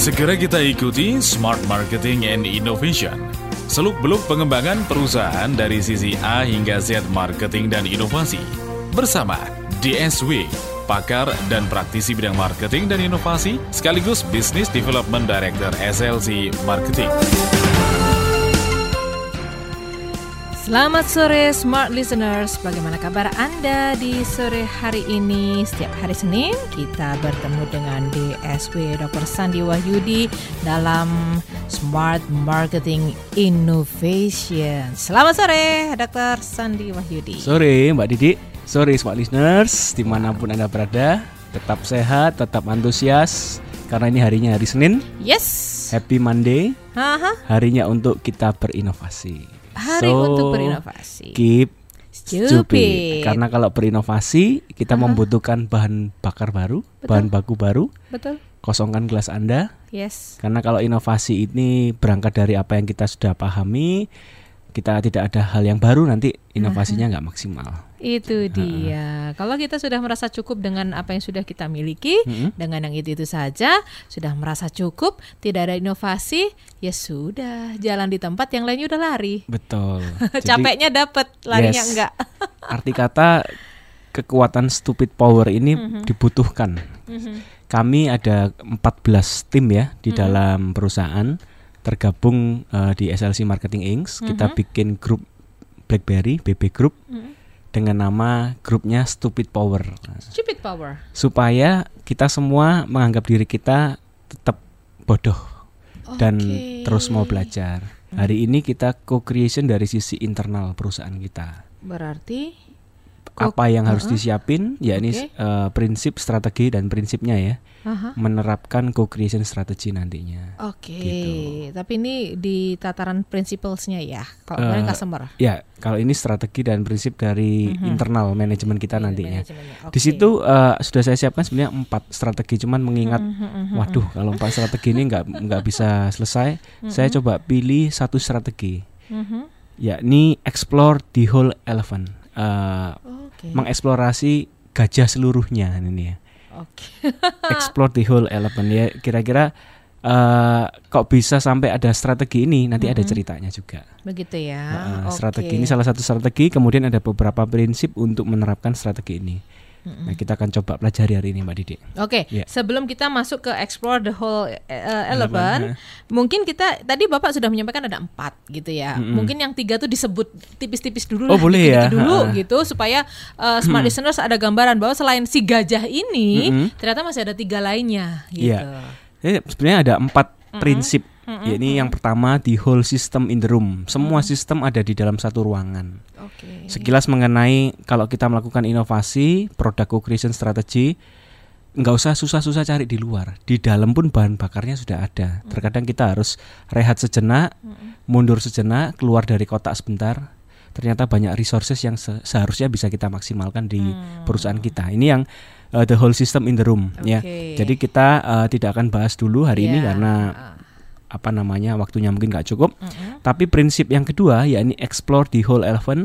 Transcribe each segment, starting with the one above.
Segera kita ikuti Smart Marketing and Innovation. Seluk-beluk pengembangan perusahaan dari sisi A hingga Z marketing dan inovasi. Bersama DSW, pakar dan praktisi bidang marketing dan inovasi, sekaligus Business Development Director SLC Marketing. Selamat sore Smart Listeners, bagaimana kabar Anda di sore hari ini? Setiap hari Senin kita bertemu dengan DSW Dr. Sandi Wahyudi dalam Smart Marketing Innovation. Selamat sore Dr. Sandi Wahyudi. Sore Mbak Didi, sore Smart Listeners, dimanapun Anda berada, tetap sehat, tetap antusias, karena ini harinya hari Senin. Yes. Happy Monday, harinya untuk kita berinovasi. Hari untuk berinovasi. Keep stupid. Karena kalau berinovasi kita membutuhkan bahan bakar baru, bahan baku baru. Betul. Kosongkan gelas Anda. Yes. Karena kalau inovasi ini berangkat dari apa yang kita sudah pahami, kita tidak ada hal yang baru, nanti inovasinya nggak maksimal. Itu dia. Kalau kita sudah merasa cukup dengan apa yang sudah kita miliki, dengan yang itu saja, sudah merasa cukup, tidak ada inovasi, ya sudah, jalan di tempat yang lainnya udah lari. Betul. Capeknya dapat, larinya enggak. Arti kata kekuatan stupid power ini dibutuhkan. Kami ada 14 tim ya di dalam perusahaan, tergabung di SLC Marketing Inc. Kita bikin grup BlackBerry, BB Group, dengan nama grupnya Stupid Power. Stupid Power. Supaya kita semua menganggap diri kita tetap bodoh dan terus mau belajar. Hari ini kita co-creation dari sisi internal perusahaan kita. Berarti apa yang harus disiapin? Ya ini prinsip, strategi dan prinsipnya ya. Menerapkan co-creation strategi nantinya. Gitu. Tapi ini di tataran principles-nya ya. Kalau kemarin customer. Ya, kalau ini strategi dan prinsip dari internal manajemen kita nantinya. Di situ sudah saya siapkan sebenarnya 4 strategi, cuman mengingat waduh kalau 4 strategi ini nggak bisa selesai. Saya coba pilih satu strategi. Yakni explore the whole elephant. Mengeksplorasi gajah seluruhnya ini ya. Explore the whole elephant ya. Kira-kira kok bisa sampai ada strategi ini? Nanti ada ceritanya juga. Begitu ya. Strategi ini salah satu strategi. Kemudian ada beberapa prinsip untuk menerapkan strategi ini. Nah, kita akan coba pelajari hari ini Mbak Didi. Sebelum kita masuk ke explore the whole elephant, mungkin kita tadi Bapak sudah menyampaikan ada 4 gitu ya. Mungkin yang 3 tuh disebut tipis-tipis dulu lah, boleh ya. Dulu gitu supaya smart listeners ada gambaran bahwa selain si gajah ini ternyata masih ada 3 lainnya gitu. Jadi sebenarnya ada 4 prinsip. Ini yang pertama, the whole system in the room. Semua sistem ada di dalam satu ruangan. Sekilas mengenai kalau kita melakukan inovasi, product co-creation strategy, nggak usah susah-susah cari di luar. Di dalam pun bahan bakarnya sudah ada. Terkadang kita harus rehat sejenak, mundur sejenak, keluar dari kotak sebentar. Ternyata banyak resources yang seharusnya bisa kita maksimalkan di perusahaan kita. Ini yang the whole system in the room ya. Jadi kita tidak akan bahas dulu hari ini karena waktunya mungkin nggak cukup. Tapi prinsip yang kedua yakni explore the whole elephant,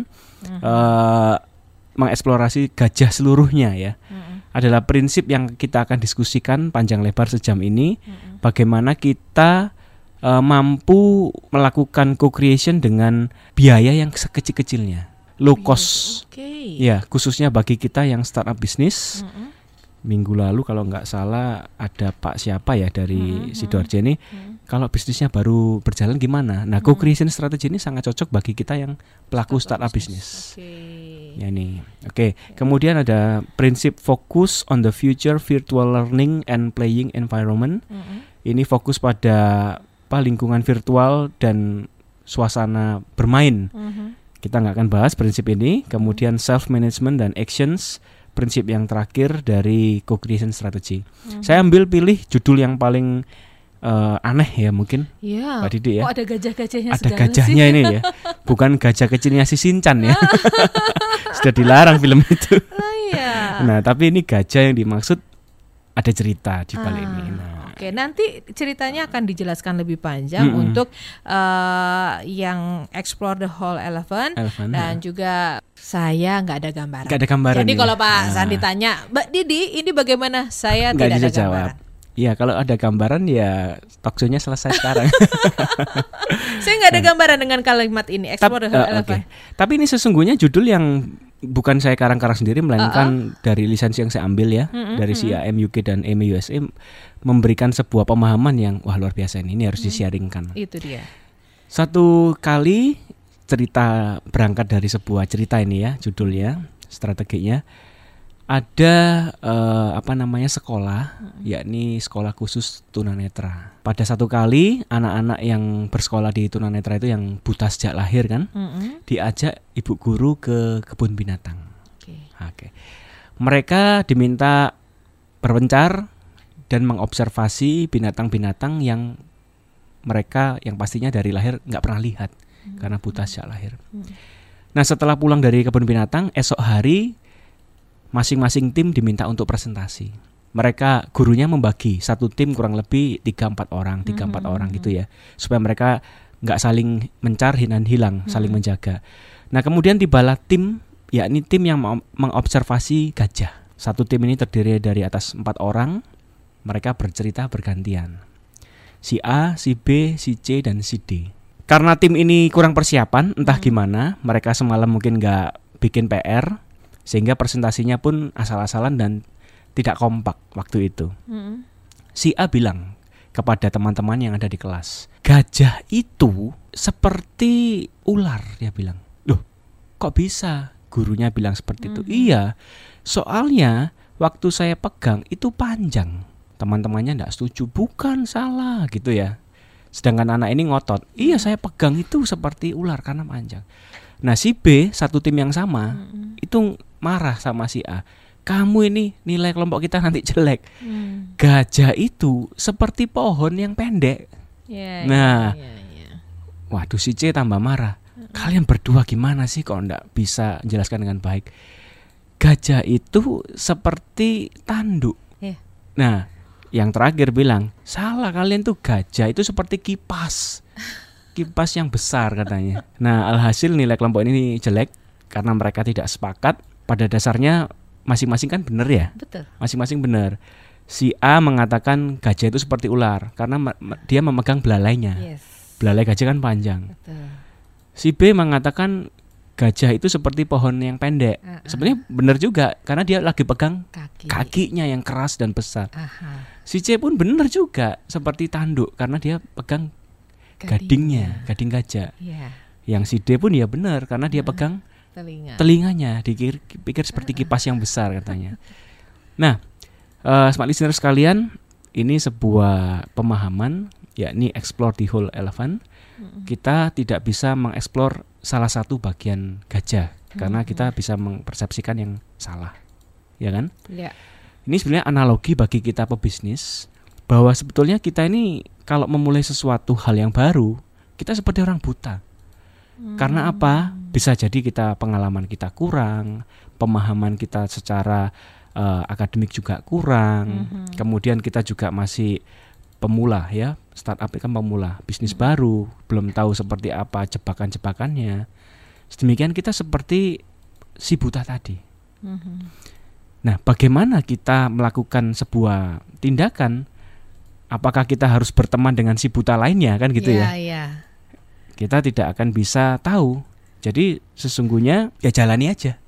mengeksplorasi gajah seluruhnya ya. Adalah prinsip yang kita akan diskusikan panjang lebar sejam ini. Bagaimana kita mampu melakukan co-creation dengan biaya yang sekecil-kecilnya, low cost. Ya, khususnya bagi kita yang startup bisnis. Minggu lalu kalau nggak salah ada Pak siapa ya dari Sidoarjo ini. Kalau bisnisnya baru berjalan gimana? Nah, co-creation strategi ini sangat cocok bagi kita yang pelaku startup bisnis. Ya nih. Kemudian ada prinsip focus on the future virtual learning and playing environment. Ini fokus pada lingkungan virtual dan suasana bermain. Kita nggak akan bahas prinsip ini. Kemudian self management dan actions. Prinsip yang terakhir dari co-creation strategy. Saya pilih judul yang paling aneh ya mungkin, Pak Didi ya. Ada gajah-gajahnya Ada gajahnya sih. Ini ya. Bukan gajah kecilnya si Shinchan ya. Sudah dilarang film itu. Nah, tapi ini gajah yang dimaksud ada cerita di balik ini. Nanti ceritanya akan dijelaskan lebih panjang untuk yang explore the whole elephant dan juga saya nggak ada gambaran. Nggak ada gambaran. Jadi kalau Pak Sandi tanya, Mbak Didi, ini bagaimana? Saya tidak ada gambaran. Ya kalau ada gambaran ya talkshow-nya selesai sekarang. Saya nggak ada gambaran dengan kalimat ini. Explore the whole elephant. Tapi ini sesungguhnya judul yang bukan saya karang-karang sendiri, melainkan dari lisensi yang saya ambil ya, dari CAM UK dan EMA USA, memberikan sebuah pemahaman yang wah luar biasa ini harus disiaringkan. Itu dia. Satu kali cerita berangkat dari sebuah cerita ini ya, judulnya, strateginya. Ada sekolah, yakni sekolah khusus tunanetra. Pada satu kali anak-anak yang bersekolah di tunanetra itu yang buta sejak lahir kan, diajak ibu guru ke kebun binatang. Oke. Mereka diminta berpencar dan mengobservasi binatang-binatang yang mereka yang pastinya dari lahir nggak pernah lihat karena buta sejak lahir. Nah setelah pulang dari kebun binatang, esok hari masing-masing tim diminta untuk presentasi. Mereka gurunya membagi satu tim kurang lebih 3-4 orang gitu ya, supaya mereka nggak saling mencar dan hilang, saling menjaga. Nah kemudian tibalah tim, yakni tim yang mengobservasi gajah. Satu tim ini terdiri dari atas 4 orang. Mereka bercerita bergantian. Si A, si B, si C, dan si D. Karena tim ini kurang persiapan, entah gimana, mereka semalam mungkin nggak bikin PR, sehingga presentasinya pun asal-asalan dan tidak kompak waktu itu. Si A bilang kepada teman-teman yang ada di kelas, gajah itu seperti ular, dia bilang. Loh, kok bisa? Gurunya bilang seperti itu. Iya, soalnya waktu saya pegang itu panjang. Teman-temannya tidak setuju, bukan salah gitu ya. Sedangkan anak ini ngotot, iya saya pegang itu seperti ular karena panjang. Nah si B, satu tim yang sama, itu marah sama si A. Kamu ini nilai kelompok kita nanti jelek. Gajah itu seperti pohon yang pendek. Waduh si C tambah marah. Kalian berdua gimana sih kok enggak bisa jelaskan dengan baik? Gajah itu seperti tanduk. Nah yang terakhir bilang, salah kalian tuh, gajah itu seperti kipas. Kipas yang besar katanya. Nah alhasil nilai kelompok ini jelek karena mereka tidak sepakat. Pada dasarnya masing-masing kan benar ya. Betul. Masing-masing benar. Si A mengatakan gajah itu seperti ular karena dia memegang belalainya. Belalai gajah kan panjang. Betul. Si B mengatakan gajah itu seperti pohon yang pendek. Sebenarnya benar juga karena dia lagi pegang kakinya yang keras dan besar. Si C pun benar juga seperti tanduk karena dia pegang gading gajah. Yang si D pun ya benar karena dia pegang telinganya, dipikir seperti kipas yang besar katanya. Nah, smart listener sekalian, ini sebuah pemahaman, yakni explore the whole elephant. Kita tidak bisa mengeksplor salah satu bagian gajah karena kita bisa mempersepsikan yang salah, ya kan? Ini sebenarnya analogi bagi kita pebisnis bahwa sebetulnya kita ini kalau memulai sesuatu hal yang baru, kita seperti orang buta. Karena apa? Bisa jadi kita pengalaman kita kurang, pemahaman kita secara akademik juga kurang. Kemudian kita juga masih pemula ya, startup kan pemula, bisnis baru, belum tahu seperti apa jebakan-jebakannya. Sedemikian kita seperti si buta tadi. Nah, bagaimana kita melakukan sebuah tindakan? Apakah kita harus berteman dengan si buta lainnya kan gitu ya? Kita tidak akan bisa tahu. Jadi sesungguhnya ya jalani aja.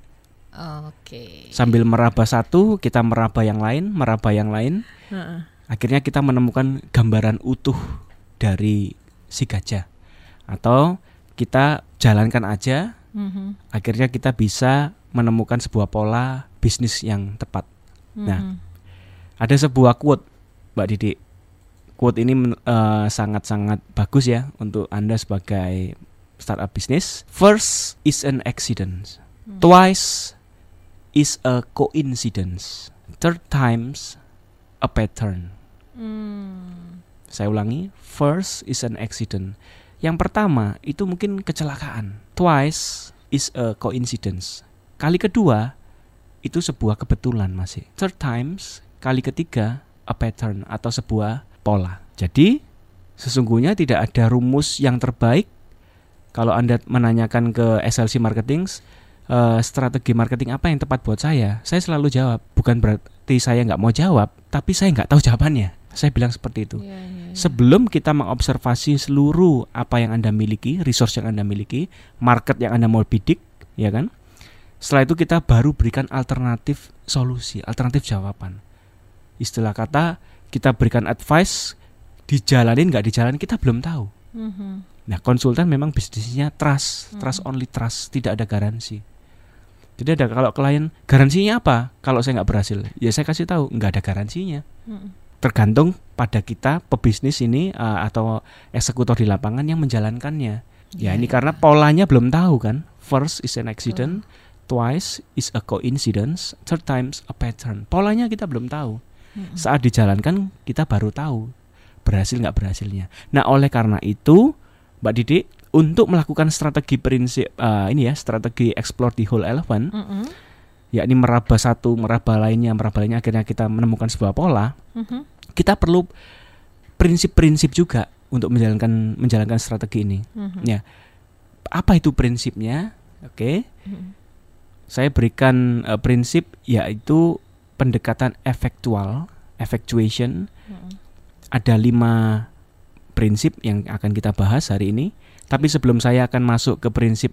Sambil meraba satu, kita meraba yang lain. Akhirnya kita menemukan gambaran utuh dari si gajah. Atau kita jalankan aja. Akhirnya kita bisa menemukan sebuah pola bisnis yang tepat. Nah, ada sebuah quote, Mbak Didi. Quote ini sangat-sangat bagus ya untuk Anda sebagai startup bisnis. First is an accident. Twice is a coincidence. Third times a pattern. Saya ulangi. First is an accident. Yang pertama itu mungkin kecelakaan. Twice is a coincidence. Kali kedua itu sebuah kebetulan masih. Third times, kali ketiga, a pattern atau sebuah pola. Jadi sesungguhnya tidak ada rumus yang terbaik. Kalau Anda menanyakan ke SLC Marketing, strategi marketing apa yang tepat buat saya selalu jawab. Bukan berarti saya nggak mau jawab, tapi saya nggak tahu jawabannya. Saya bilang seperti itu. Sebelum kita mengobservasi seluruh apa yang Anda miliki, resource yang Anda miliki, market yang Anda mau bidik, ya kan? Setelah itu kita baru berikan alternatif solusi, alternatif jawaban. Istilah kata kita berikan advice, dijalanin nggak dijalanin kita belum tahu. Nah, konsultan memang bisnisnya trust only trust, tidak ada garansi. Jadi ada kalau klien garansinya apa? Kalau saya nggak berhasil, ya saya kasih tahu nggak ada garansinya. Tergantung pada kita pebisnis ini atau eksekutor di lapangan yang menjalankannya. Ya ini karena polanya belum tahu kan. First is an accident, twice is a coincidence, third times a pattern. Polanya kita belum tahu. Saat dijalankan kita baru tahu berhasil nggak berhasilnya. Nah oleh karena itu Mbak Didi, untuk melakukan strategi prinsip strategi explore the whole elephant, yakni meraba satu, meraba lainnya, akhirnya kita menemukan sebuah pola. Kita perlu prinsip-prinsip juga untuk menjalankan strategi ini. Ya, apa itu prinsipnya? Oke, saya berikan prinsip yaitu pendekatan effectuation. Ada 5 prinsip yang akan kita bahas hari ini. Tapi sebelum saya akan masuk ke prinsip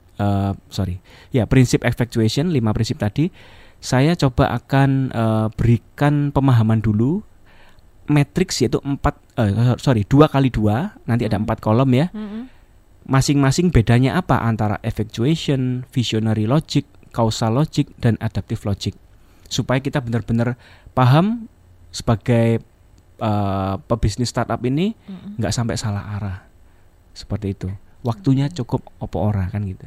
prinsip effectuation, 5 prinsip tadi, saya coba akan berikan pemahaman dulu matriks yaitu 2x2, nanti ada 4 kolom ya. Masing-masing bedanya apa antara effectuation, visionary logic, causal logic, dan adaptive logic. Supaya kita benar-benar paham sebagai pebisnis startup ini nggak sampai salah arah. Seperti itu. Waktunya cukup opo ora kan gitu.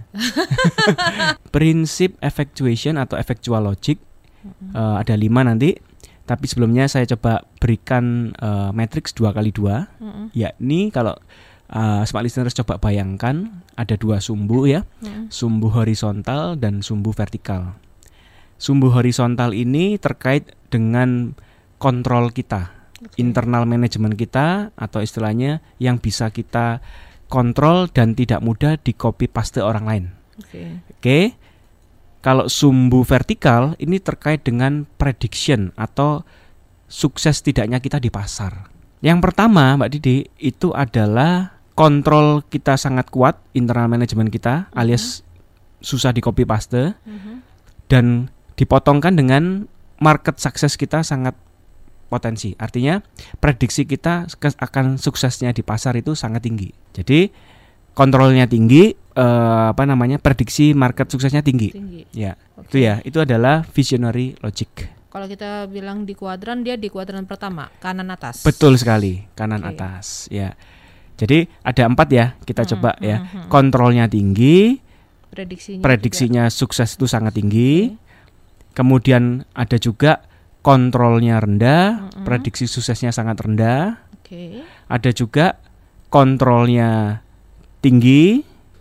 Prinsip effectuation atau effectual logic ada 5 nanti. Tapi sebelumnya saya coba berikan matriks 2x2. Yakni kalau smart listeners coba bayangkan ada 2 sumbu ya. Sumbu horizontal dan sumbu vertikal. Sumbu horizontal ini terkait dengan kontrol kita, internal manajemen kita, atau istilahnya yang bisa kita kontrol dan tidak mudah di copy paste orang lain. Oke. Kalau sumbu vertikal ini terkait dengan prediction atau sukses tidaknya kita di pasar. Yang pertama Mbak Didi itu adalah kontrol kita sangat kuat, internal manajemen kita alias susah di copy paste, dan dipotongkan dengan market sukses kita sangat potensi. Artinya prediksi kita akan suksesnya di pasar itu sangat tinggi. Jadi kontrolnya tinggi, prediksi market suksesnya tinggi. Ya, itu adalah visionary logic. Kalau kita bilang di kuadran, dia di kuadran pertama, kanan atas. Betul sekali, kanan atas. Ya. Jadi ada 4 ya, kita coba ya. Kontrolnya tinggi, prediksinya sukses itu sangat tinggi. Kemudian ada juga kontrolnya rendah, prediksi suksesnya sangat rendah. Ada juga kontrolnya tinggi,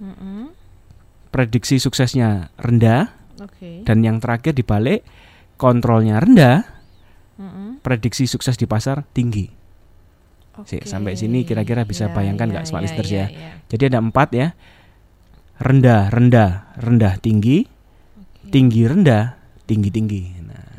prediksi suksesnya rendah. Dan yang terakhir dibalik, kontrolnya rendah, prediksi sukses di pasar tinggi. Sampai sini kira-kira bisa bayangkan nggak smart listeners ya. Jadi ada 4 ya. Rendah, tinggi, tinggi, rendah, tinggi. Nah.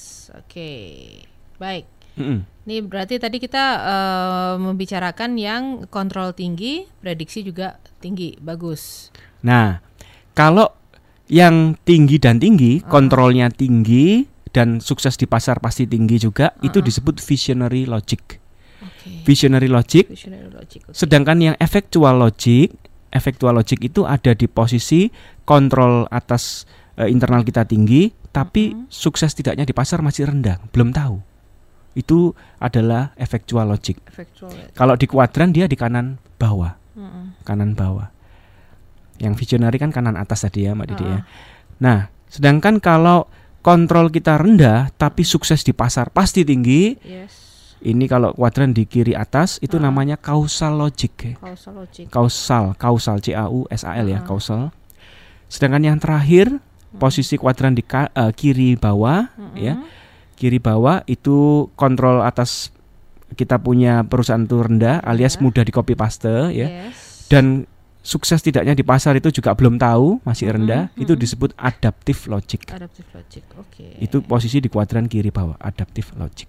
Baik. Ini berarti tadi kita membicarakan yang kontrol tinggi, prediksi juga tinggi, bagus. Nah, kalau yang tinggi dan tinggi, kontrolnya tinggi dan sukses di pasar pasti tinggi juga, itu disebut visionary logic. Visionary logic. Sedangkan yang effectual logic itu ada di posisi kontrol atas internal kita tinggi, tapi sukses tidaknya di pasar masih rendah, belum tahu. Itu adalah effectual logic. Kalau di kuadran dia di kanan bawah. Kanan bawah. Yang visionary kan kanan atas tadi ya Mbak Didi ya. Nah, sedangkan kalau kontrol kita rendah tapi sukses di pasar pasti tinggi. Ini kalau kuadran di kiri atas itu namanya causal logic. Causal CAUSAL ya, causal. Sedangkan yang terakhir posisi kuadran di kiri bawah ya. Kiri bawah itu kontrol atas kita punya perusahaan itu rendah alias mudah di copy paste ya. Dan sukses tidaknya di pasar itu juga belum tahu, masih rendah, itu disebut adaptive logic. Adaptive logic, oke. Itu posisi di kuadran kiri bawah, adaptive logic.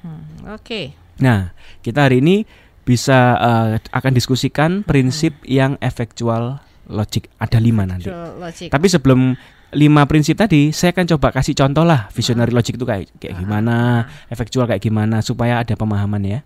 Oke. Nah, kita hari ini bisa akan diskusikan prinsip yang effectual logic. Ada 5 nanti. Logic. Tapi sebelum 5 prinsip tadi, saya akan coba kasih contoh lah visionary logic itu kayak gimana, effectual kayak gimana, supaya ada pemahaman ya.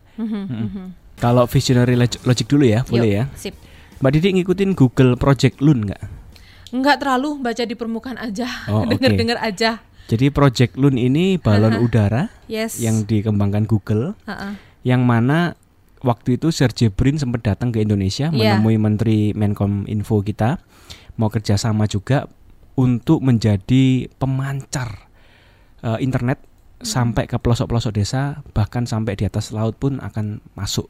Kalau visionary logic dulu ya, boleh ya. Sip. Mbak Didi ngikutin Google Project Loon nggak? Nggak terlalu, baca di permukaan aja, Oh, dengar aja. Jadi Project Loon ini balon udara yang dikembangkan Google, yang mana waktu itu Sergey Brin sempat datang ke Indonesia menemui Menteri Menkominfo kita, mau kerjasama juga untuk menjadi pemancar internet sampai ke pelosok-pelosok desa, bahkan sampai di atas laut pun akan masuk.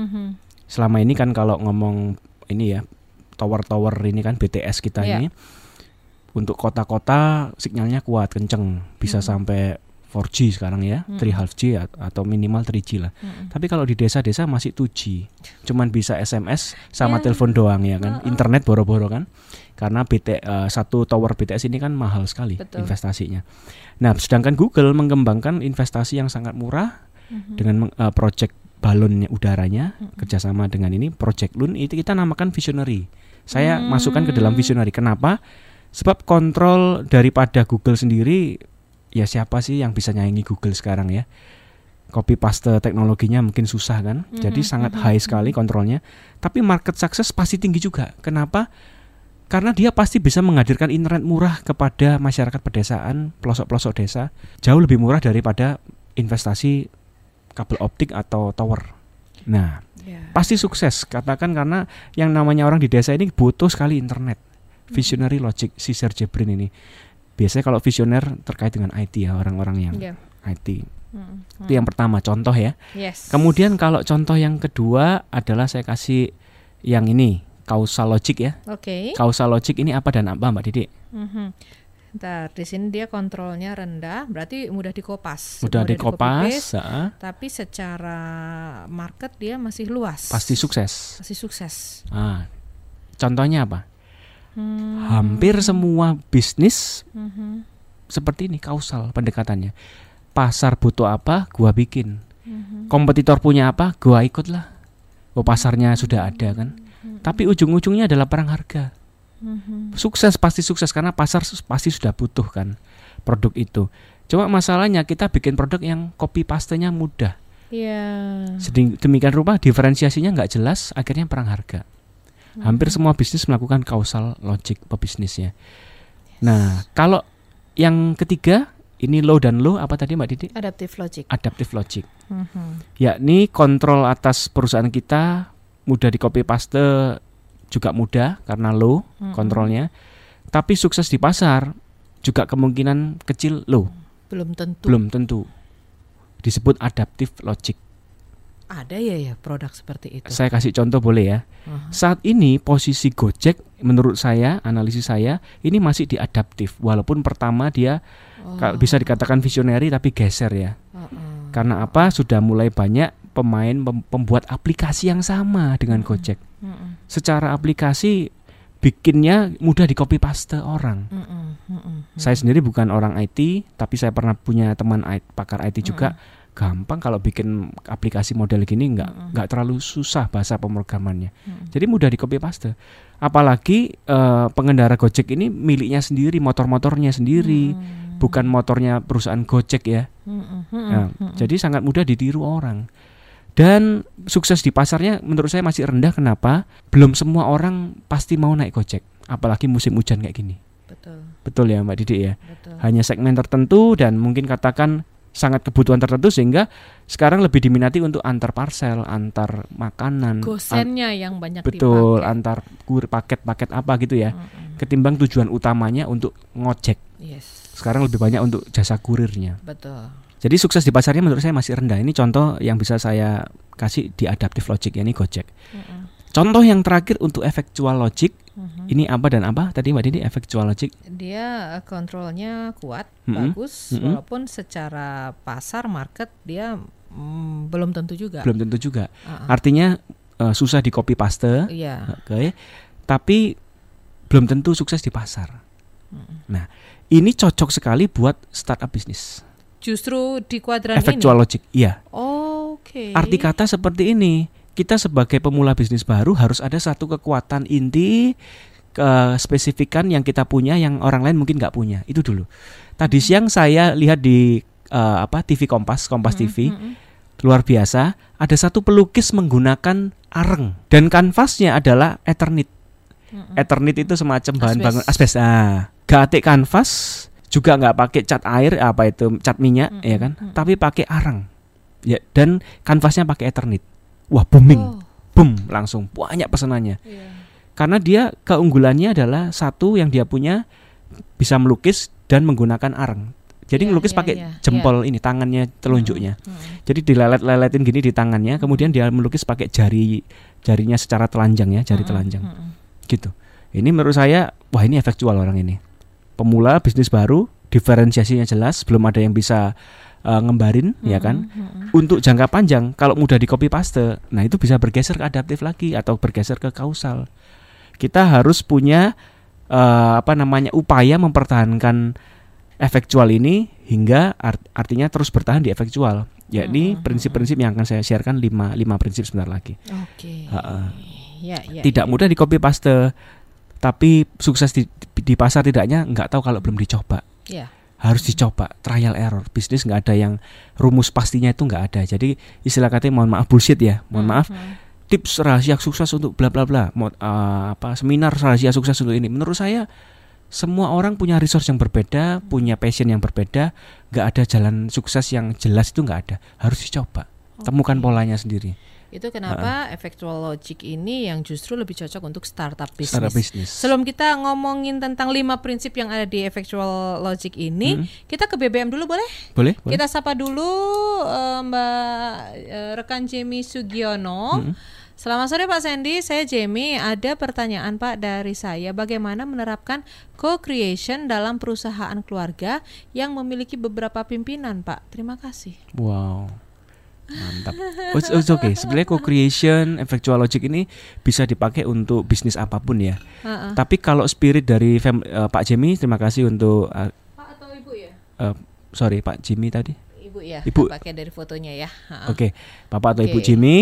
Selama ini kan kalau ngomong ini ya, tower-tower ini kan BTS kita ini, untuk kota-kota sinyalnya kuat, kenceng, bisa sampai 4G sekarang ya, 3.5G atau minimal 3G lah. Tapi kalau di desa-desa masih 2G, cuman bisa SMS sama telepon doang ya kan, internet boro-boro kan, karena satu tower BTS ini kan mahal sekali investasinya. Nah, sedangkan Google mengembangkan investasi yang sangat murah dengan project balon udaranya, kerjasama dengan ini Project Loon, itu kita namakan visionary. Saya masukkan ke dalam visionary. Kenapa? Sebab kontrol daripada Google sendiri, ya siapa sih yang bisa nyaingi Google sekarang ya? Copy paste teknologinya mungkin susah kan? Jadi sangat high sekali kontrolnya. Tapi market success pasti tinggi juga. Kenapa? Karena dia pasti bisa menghadirkan internet murah kepada masyarakat pedesaan, pelosok-pelosok desa, jauh lebih murah daripada investasi kabel optik atau tower. Nah, pasti sukses. Katakan karena yang namanya orang di desa ini butuh sekali internet. Visionary logic si Sergey Brin ini. Biasanya kalau visioner terkait dengan IT ya, orang-orang yang IT. Itu yang pertama, contoh ya. Kemudian kalau contoh yang kedua adalah saya kasih yang ini, causal logic ya. Causal logic ini apa dan apa, Mbak Didi? Ntar di sini dia kontrolnya rendah, berarti mudah dikopas. Mudah dikopas, tapi secara market dia masih luas. Pasti sukses. Masih sukses. Contohnya apa? Hampir semua bisnis seperti ini, kausal pendekatannya. Pasar butuh apa, gua bikin. Kompetitor punya apa, gua ikut lah. Pasarnya sudah ada kan. Tapi ujung-ujungnya adalah perang harga. Sukses pasti sukses karena pasar pasti sudah butuh kan produk itu. Cuma masalahnya kita bikin produk yang copy pastenya mudah. Demikian rupa diferensiasinya nggak jelas, akhirnya perang harga. Hampir semua bisnis melakukan causal logic pebisnisnya. Nah, kalau yang ketiga ini low dan low apa tadi Mbak Didi? Adaptive logic. Yakni kontrol atas perusahaan kita mudah di copy paste, juga mudah karena low kontrolnya. Tapi sukses di pasar juga kemungkinan kecil low. Belum tentu. Disebut adaptive logic. Ada ya produk seperti itu. Saya kasih contoh boleh ya. Saat ini posisi Gojek menurut saya, analisis saya, ini masih di adaptif. Walaupun pertama dia bisa dikatakan visionary tapi geser ya. Karena apa? Sudah mulai banyak pemain pembuat aplikasi yang sama dengan Gojek. Secara aplikasi bikinnya mudah di copy paste orang. Saya sendiri bukan orang IT, tapi saya pernah punya teman pakar IT juga. Gampang kalau bikin aplikasi model gini, nggak terlalu susah bahasa pemrogramannya. Jadi mudah di copy paste. Apalagi pengendara Gojek ini miliknya sendiri, motor-motornya sendiri, bukan motornya perusahaan Gojek ya. Jadi sangat mudah ditiru orang. Dan sukses di pasarnya menurut saya masih rendah. Kenapa? Belum semua orang pasti mau naik Gojek, apalagi musim hujan kayak gini. Betul ya Mbak Didi ya. Hanya segmen tertentu dan mungkin katakan sangat kebutuhan tertentu sehingga sekarang lebih diminati untuk antar parcel, antar makanan. Gosennya yang banyak betul, dipakai. Antar paket-paket apa gitu ya. Ketimbang tujuan utamanya untuk ngojek. Sekarang lebih banyak untuk jasa kurirnya. Betul. Jadi sukses di pasarnya menurut saya masih rendah. Ini contoh yang bisa saya kasih di adaptive logic, ya ini Gojek. Contoh yang terakhir untuk effectual logic, ini apa dan apa? Tadi Mbak Didi, effectual logic. Dia kontrolnya kuat, bagus, walaupun secara pasar market dia belum tentu juga. Artinya susah di copy paste. Iya. Okay. tapi belum tentu sukses di pasar. Nah, ini cocok sekali buat startup bisnis. Justru di kuadran Effectual ini? logic, iya. Oke. Arti kata seperti ini, kita sebagai pemula bisnis baru harus ada satu kekuatan inti, spesifikan yang kita punya yang orang lain mungkin nggak punya. Itu dulu. Tadi siang saya lihat di TV Kompas TV, luar biasa. Ada satu pelukis menggunakan areng dan kanvasnya adalah Eternit. Eternit itu semacam bahan bangun asbes. Gatik kanvas juga nggak pakai cat air, cat minyak, ya kan? Tapi pakai areng. Ya, dan kanvasnya pakai Eternit. Wah, booming. Boom, langsung banyak pesanannya. Karena dia keunggulannya adalah satu yang dia punya bisa melukis dan menggunakan areng. Jadi ngelukis pakai jempol ini, tangannya, telunjuknya. Jadi dilelet-leletin gini di tangannya, kemudian dia melukis pakai jarinya secara telanjang ya, jari telanjang. Gitu. Ini menurut saya, wah ini efektual orang ini. Pemula bisnis baru, diferensiasinya jelas, belum ada yang bisa ngembarin, ya kan? Untuk jangka panjang, kalau mudah di copy paste, nah itu bisa bergeser ke adaptif lagi atau bergeser ke kausal. Kita harus punya upaya mempertahankan efektual ini hingga artinya terus bertahan di efektual. Yakni prinsip-prinsip yang akan saya sharekan 5 prinsip sebentar lagi. Oke. Tidak mudah di copy paste, tapi sukses di pasar tidaknya nggak tahu kalau belum dicoba. Harus dicoba, trial error. Bisnis nggak ada yang rumus pastinya, itu nggak ada. Jadi istilah katanya mohon maaf bullshit ya, mohon maaf. Tips rahasia sukses untuk bla bla bla, seminar rahasia sukses untuk ini. Menurut saya semua orang punya resource yang berbeda, punya passion yang berbeda. Nggak ada jalan sukses yang jelas, itu nggak ada. Harus dicoba, temukan polanya sendiri. Itu kenapa effectual logic ini yang justru lebih cocok untuk startup Startup bisnis. bisnis. Sebelum kita ngomongin tentang 5 prinsip yang ada di effectual logic ini, kita ke BBM dulu boleh? Boleh. Kita sapa dulu Mbak rekan Jamie Sugiono. Selamat sore Pak Sandy, saya Jamie. Ada pertanyaan Pak dari saya, bagaimana menerapkan co-creation dalam perusahaan keluarga yang memiliki beberapa pimpinan Pak? Terima kasih. Wow, mantap. It's okay. Sebenarnya co-creation, effectual logic ini bisa dipakai untuk bisnis apapun ya. Tapi kalau spirit dari Pak Jamie, terima kasih untuk Pak atau Ibu ya? Sorry Pak Jimmy tadi. Ibu ya. Ibu. Pakai dari fotonya ya. Oke, Bapak atau Ibu Jimmy.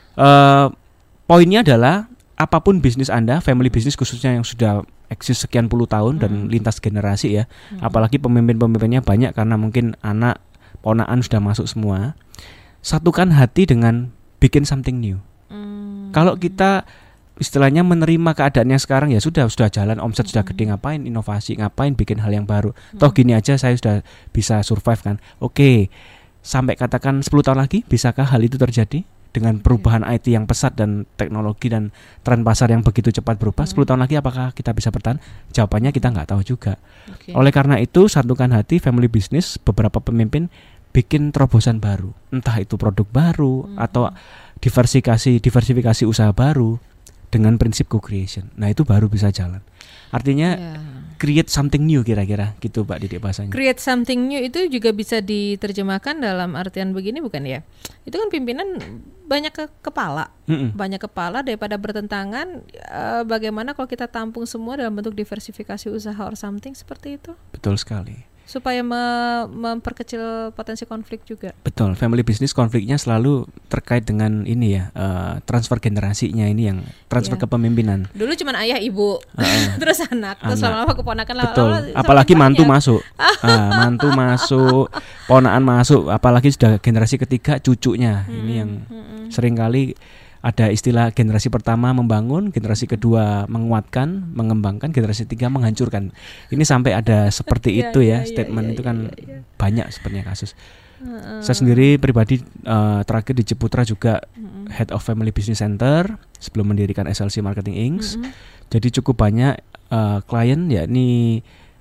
Poinnya adalah apapun bisnis Anda, family business khususnya yang sudah eksis sekian puluh tahun dan lintas generasi ya. Apalagi pemimpin-pemimpinnya banyak karena mungkin anak, ponakan sudah masuk semua. Satukan hati dengan bikin something new. Kalau kita istilahnya menerima keadaannya sekarang, ya sudah jalan, omset sudah gede, ngapain inovasi, ngapain bikin hal yang baru. Toh gini aja saya sudah bisa survive kan. Oke, sampai katakan 10 tahun lagi bisakah hal itu terjadi? Dengan perubahan IT yang pesat dan teknologi dan tren pasar yang begitu cepat berubah, 10 tahun lagi apakah kita bisa bertahan? Jawabannya kita nggak tahu juga. Oleh karena itu, satukan hati family business, beberapa pemimpin bikin terobosan baru. Entah itu produk baru atau diversifikasi usaha baru dengan prinsip co-creation. Nah, itu baru bisa jalan. Artinya create something new kira-kira gitu Pak Didik bahasanya. Create something new itu juga bisa diterjemahkan dalam artian begini bukan ya? Itu kan pimpinan banyak kepala. Banyak kepala daripada bertentangan, bagaimana kalau kita tampung semua dalam bentuk diversifikasi usaha or something seperti itu? Betul sekali. Supaya memperkecil potensi konflik juga. Betul, family business konfliknya selalu terkait dengan ini ya, transfer generasinya ini yang transfer kepemimpinan. Dulu cuma ayah ibu, terus anak, terus lama-lama keponakan. Betul, apalagi mantu masuk, mantu masuk, ponakan masuk, apalagi sudah generasi ketiga cucunya. Ini yang seringkali ada istilah generasi pertama membangun, generasi kedua menguatkan, mengembangkan, generasi tiga menghancurkan. Ini sampai ada seperti itu ya, statement itu kan banyak sebenarnya kasus. Saya sendiri pribadi terakhir di Ciputra juga Head of Family Business Center sebelum mendirikan SLC Marketing Inc. Jadi cukup banyak klien yakni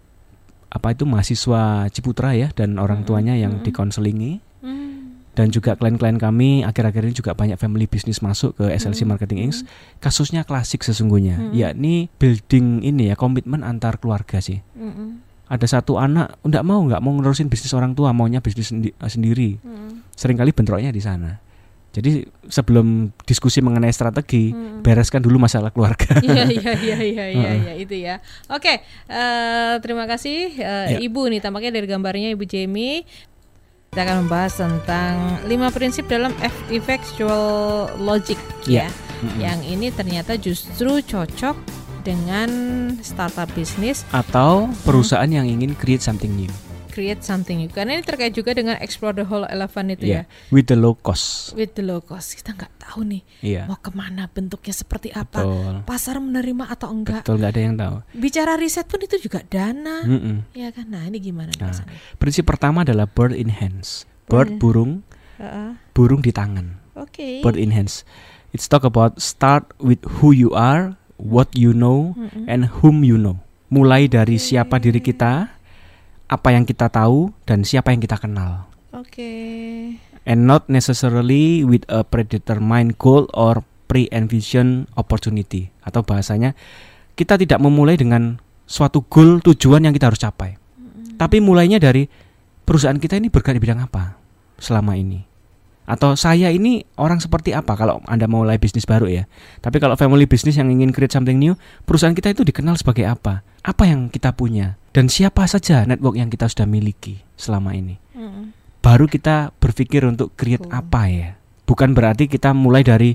mahasiswa Ciputra ya dan orang tuanya yang dikonselingi. Dan juga klien-klien kami akhir-akhir ini juga banyak family business masuk ke SLC Marketing Inc. Kasusnya klasik sesungguhnya, yakni building ini ya, komitmen antar keluarga sih. Ada satu anak nggak mau ngerusin bisnis orang tua, maunya bisnis sendiri. Seringkali bentroknya di sana. Jadi sebelum diskusi mengenai strategi, bereskan dulu masalah keluarga. Iya itu ya. Oke, terima kasih Ibu nih, tampaknya dari gambarnya Ibu Jamie. Kita akan membahas tentang 5 prinsip dalam effectual logic ya. Yang ini ternyata justru cocok dengan startup bisnis atau perusahaan yang ingin create something new. Karena ini terkait juga dengan explore the whole elephant itu ya. With the low cost. Kita nggak tahu nih mau kemana, bentuknya seperti apa, pasar menerima atau enggak. Betul, nggak ada yang tahu. Bicara riset pun itu juga dana, ya kan. Nah ini gimana? Prinsip pertama adalah bird in hands. Bird burung, burung di tangan. Bird in hands. It's talk about start with who you are, what you know, and whom you know. Mulai dari siapa diri kita, apa yang kita tahu, dan siapa yang kita kenal. And not necessarily with a predetermined goal or pre-envisioned opportunity. Atau bahasanya, kita tidak memulai dengan suatu goal, tujuan yang kita harus capai. Tapi mulainya dari perusahaan kita ini bergerak di bidang apa selama ini. Atau saya ini orang seperti apa kalau Anda mau mulai bisnis baru ya. Tapi kalau family business yang ingin create something new, perusahaan kita itu dikenal sebagai apa? Apa yang kita punya? Dan siapa saja network yang kita sudah miliki selama ini? Baru kita berpikir untuk create apa ya. Bukan berarti kita mulai dari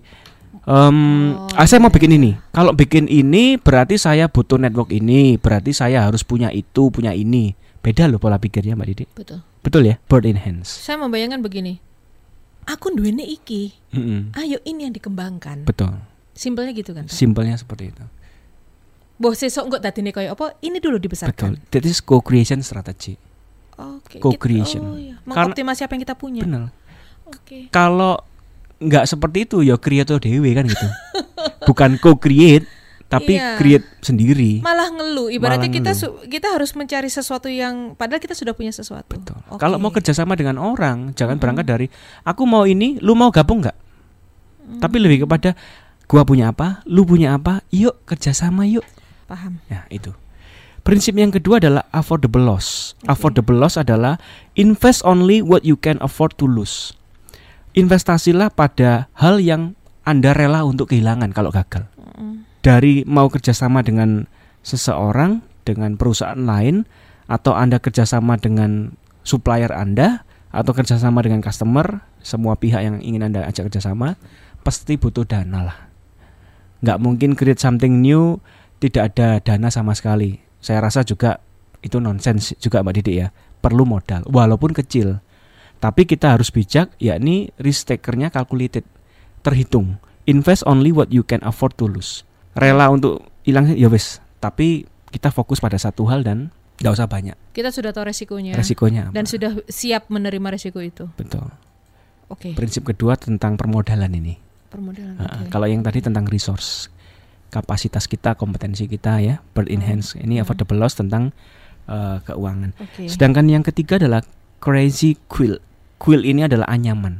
saya mau bikin ini. Kalau bikin ini berarti saya butuh network ini, berarti saya harus punya itu, punya ini. Beda loh pola pikirnya Mbak Didi. Betul ya, bird in hands. Saya membayangkan begini, aku duwene iki, ayo ini yang dikembangkan. Betul. Simpelnya gitu kan? Simpelnya seperti itu. Boh sesok nggak dadine koyo apa? Ini dulu dibesarkan. Betul. That is co-creation strategy. Co-creation. Mengoptimasi apa yang kita punya. Benar. Kalau nggak seperti itu ya creator dewe kan gitu. Bukan co-create tapi create sendiri. Malah ngeluh. Ibaratnya kita harus mencari sesuatu yang padahal kita sudah punya sesuatu. Betul. Kalau mau kerjasama dengan orang, jangan berangkat dari aku mau ini, lu mau gabung nggak? Tapi lebih kepada gua punya apa, lu punya apa, yuk kerjasama yuk. Paham. Ya itu. Prinsip yang kedua adalah affordable loss. Affordable loss adalah invest only what you can afford to lose. Investasilah pada hal yang Anda rela untuk kehilangan kalau gagal. Dari mau kerjasama dengan seseorang, dengan perusahaan lain, atau Anda kerjasama dengan supplier Anda, atau kerjasama dengan customer, semua pihak yang ingin Anda ajak kerjasama, pasti butuh dana lah. Nggak mungkin create something new, tidak ada dana sama sekali. Saya rasa juga itu nonsens juga Mbak Didi ya. Perlu modal, walaupun kecil. Tapi kita harus bijak, yakni risk takernya calculated, terhitung. Invest only what you can afford to lose. Rela untuk hilang ya wes, tapi kita fokus pada satu hal dan nggak usah banyak. Kita sudah tahu resikonya apa? Dan sudah siap menerima resiko itu. Betul. Prinsip kedua tentang permodalan ini. Kalau yang tadi tentang resource, kapasitas kita, kompetensi kita ya, bird in hands. Ini affordable loss tentang keuangan. Sedangkan yang ketiga adalah crazy quilt. Quilt ini adalah anyaman.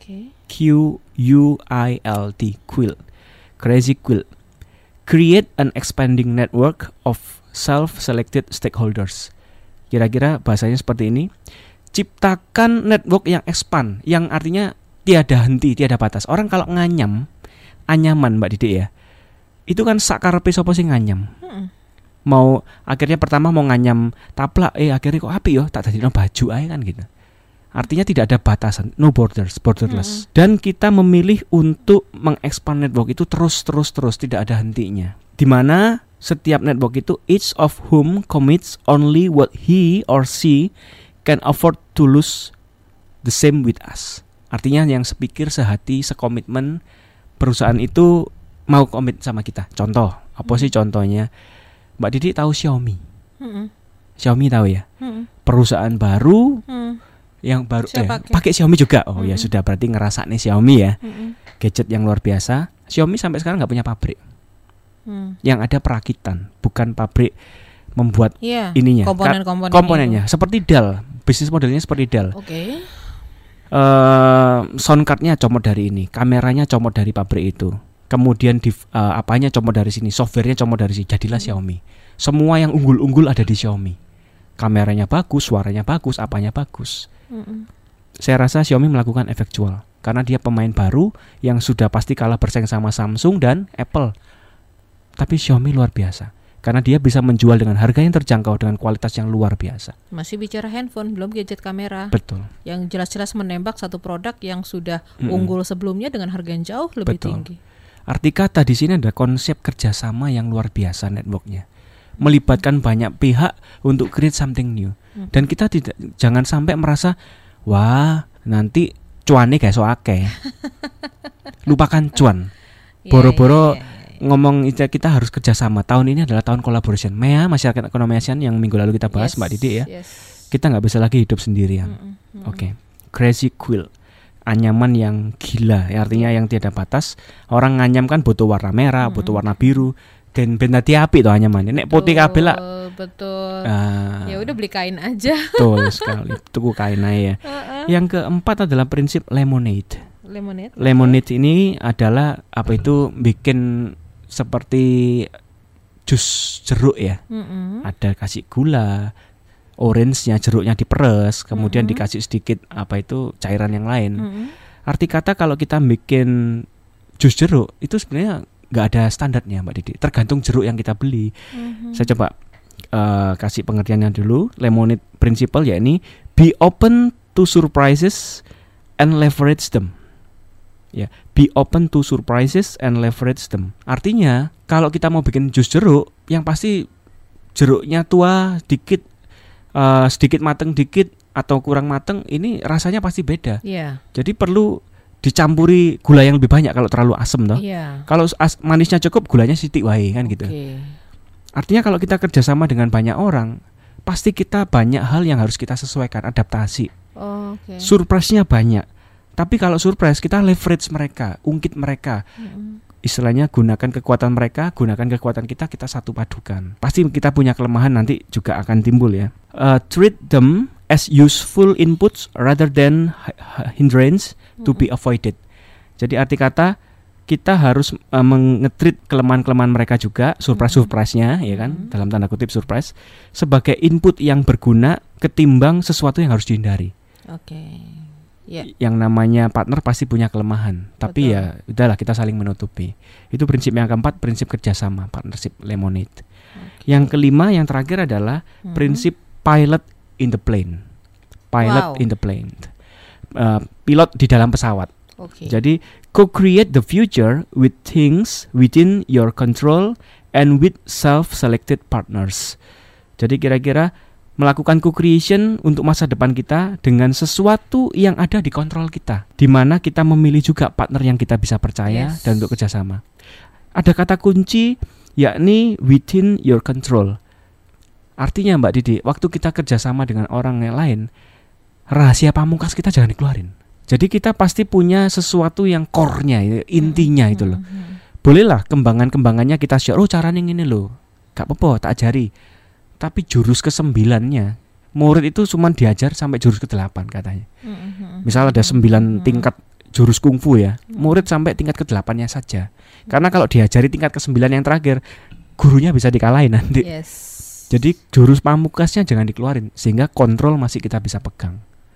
Q-U-I-L-T, quilt. Crazy quilt. Create an expanding network of self-selected stakeholders. Kira-kira bahasanya seperti ini. Ciptakan network yang expand, yang artinya tiada henti, tiada batas. Orang kalau anyaman Mbak Didi ya, itu kan sakarepe sapa sing nganyam. Mau akhirnya pertama mau nganyam taplak, akhirnya kok api yo tak dadino baju ae kan gitu. Artinya tidak ada batasan, no borders, borderless. Dan kita memilih untuk mengekspand network itu terus, tidak ada hentinya. Di mana setiap network itu each of whom commits only what he or she can afford to lose the same with us. Artinya yang sepikir, sehati, sekomitmen perusahaan itu mau komit sama kita. Contoh, apa sih contohnya? Mbak Didi tahu Xiaomi. Xiaomi tahu ya? Perusahaan baru yang baru pakai Xiaomi juga. Oh ya sudah, berarti ngerasa nih Xiaomi ya. Gadget yang luar biasa. Xiaomi sampai sekarang nggak punya pabrik. Yang ada perakitan, bukan pabrik membuat ininya. Komponennya seperti Dell. Bisnis modelnya seperti Dell. Sound cardnya comot dari ini, kameranya comot dari pabrik itu. Kemudian apanya comot dari sini, softwarenya comot dari sini. Jadilah Xiaomi. Semua yang unggul-unggul ada di Xiaomi. Kameranya bagus, suaranya bagus, apanya bagus. Saya rasa Xiaomi melakukan effectual karena dia pemain baru yang sudah pasti kalah bersaing sama Samsung dan Apple. Tapi Xiaomi luar biasa karena dia bisa menjual dengan harga yang terjangkau dengan kualitas yang luar biasa. Masih bicara handphone, belum gadget kamera. Betul. Yang jelas-jelas menembak satu produk yang sudah unggul sebelumnya dengan harga yang jauh lebih tinggi. Arti kata di sini ada konsep kerjasama yang luar biasa networknya, melibatkan banyak pihak untuk create something new. Dan kita jangan sampai merasa wah nanti cuannya kayak soake. Lupakan cuan. Boro-boro ngomong kita harus kerjasama. Tahun ini adalah tahun collaboration. MEA, Masyarakat Ekonomi ASEAN yang minggu lalu kita bahas, Mbak Didi ya. Kita nggak bisa lagi hidup sendirian. Oke. Crazy Quilt, anyaman yang gila, artinya yang tiada batas. Orang nganyam kan butuh warna merah, butuh warna biru. Dan ben tadi api tuh anyaman. Nek putih kabeh lah. Betul. Ya udah beli kain aja. Betul sekali. Tuku kain aja ya. Yang keempat adalah prinsip lemonade. Lemonade ini adalah bikin seperti jus jeruk ya. Ada kasih gula, orange-nya, jeruknya diperes, kemudian dikasih sedikit cairan yang lain. Arti kata kalau kita bikin jus jeruk itu sebenarnya nggak ada standarnya, Mbak Didi. Tergantung jeruk yang kita beli. Saya coba kasih pengertiannya dulu. Lemonade principle yakni be open to surprises and leverage them. Ya, be open to surprises and leverage them. Artinya, kalau kita mau bikin jus jeruk, yang pasti jeruknya tua dikit, sedikit mateng dikit atau kurang mateng, ini rasanya pasti beda. Jadi perlu dicampuri gula yang lebih banyak kalau terlalu asam toh. Kalau manisnya cukup, gulanya sithik wae kan gitu. Artinya kalau kita kerjasama dengan banyak orang, pasti kita banyak hal yang harus kita sesuaikan, adaptasi. Surprise-nya banyak. Tapi kalau surprise kita leverage mereka, ungkit mereka. Istilahnya gunakan kekuatan mereka, gunakan kekuatan kita satu padukan. Pasti kita punya kelemahan nanti juga akan timbul ya. Treat them as useful inputs rather than hindrance to be avoided. Jadi arti kata kita harus mengetreat kelemahan-kelemahan mereka juga, surprise-nya ya kan, dalam tanda kutip surprise, sebagai input yang berguna ketimbang sesuatu yang harus dihindari. Yang namanya partner pasti punya kelemahan, tapi ya udahlah kita saling menutupi. Itu prinsip yang keempat, prinsip kerjasama, partnership lemonade. Yang kelima, yang terakhir adalah prinsip pilot in the plane. In the plane. Pilot di dalam pesawat. Jadi co-create the future with things within your control and with self-selected partners. Jadi kira-kira melakukan co-creation untuk masa depan kita dengan sesuatu yang ada di kontrol kita, di mana kita memilih juga partner yang kita bisa percaya dan untuk kerjasama. Ada kata kunci yakni within your control. Artinya Mbak Didi, waktu kita kerjasama dengan orang yang lain, rahasia pamungkas kita jangan dikeluarin. Jadi kita pasti punya sesuatu yang core-nya, intinya itu loh. Bolehlah kembangannya kita share, caranya ini loh, gak apa-apa, tak ajari. Tapi jurus ke-9-nya, murid itu cuma diajar sampai jurus ke-8 katanya. Misal ada 9 tingkat jurus kungfu ya, murid sampai tingkat ke-8-nya saja. Karena kalau diajari tingkat ke-9 yang terakhir, gurunya bisa dikalahin nanti. Jadi jurus pamungkasnya jangan dikeluarin, sehingga kontrol masih kita bisa pegang.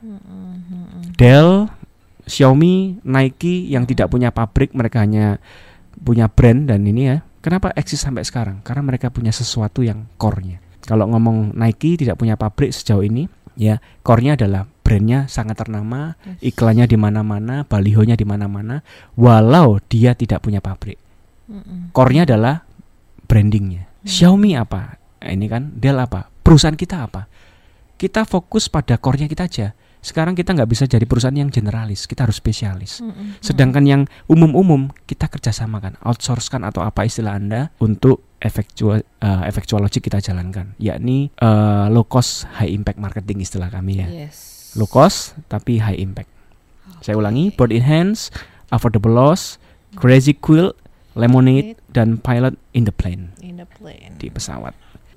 Dell, Xiaomi, Nike yang tidak punya pabrik, mereka hanya punya brand dan ini ya. Kenapa eksis sampai sekarang? Karena mereka punya sesuatu yang core-nya. Kalau ngomong Nike tidak punya pabrik sejauh ini, ya core-nya adalah brandnya sangat ternama, iklannya di mana-mana, balihonya di mana-mana, walau dia tidak punya pabrik. Core-nya adalah brandingnya. Xiaomi apa? Ini kan Dell apa? Perusahaan kita apa? Kita fokus pada core-nya kita aja. Sekarang kita nggak bisa jadi perusahaan yang generalis, kita harus spesialis. Sedangkan yang umum-umum kita kerjasamakan, outsourcekan atau apa istilah Anda untuk effectual logic kita jalankan, yakni low cost high impact marketing istilah kami ya. Low cost tapi high impact. Saya ulangi, bird in hands, affordable loss, crazy quilt, lemonade, dan pilot in the plane. Di pesawat.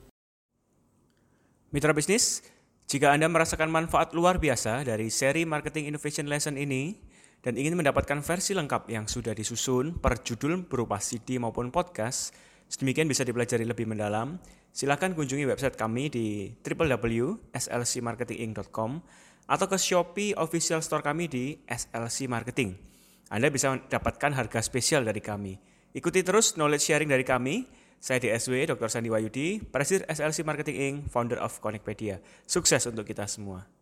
Mitra bisnis, jika Anda merasakan manfaat luar biasa dari seri Marketing Innovation Lesson ini dan ingin mendapatkan versi lengkap yang sudah disusun per judul berupa CD maupun podcast, sedemikian bisa dipelajari lebih mendalam, silakan kunjungi website kami di www.slcmarketinginc.com atau ke Shopee official store kami di SLC Marketing. Anda bisa mendapatkan harga spesial dari kami. Ikuti terus knowledge sharing dari kami. Saya DSW Dr. Sandi Wahyudi, Presiden SLC Marketing Inc., founder of Connectpedia. Sukses untuk kita semua.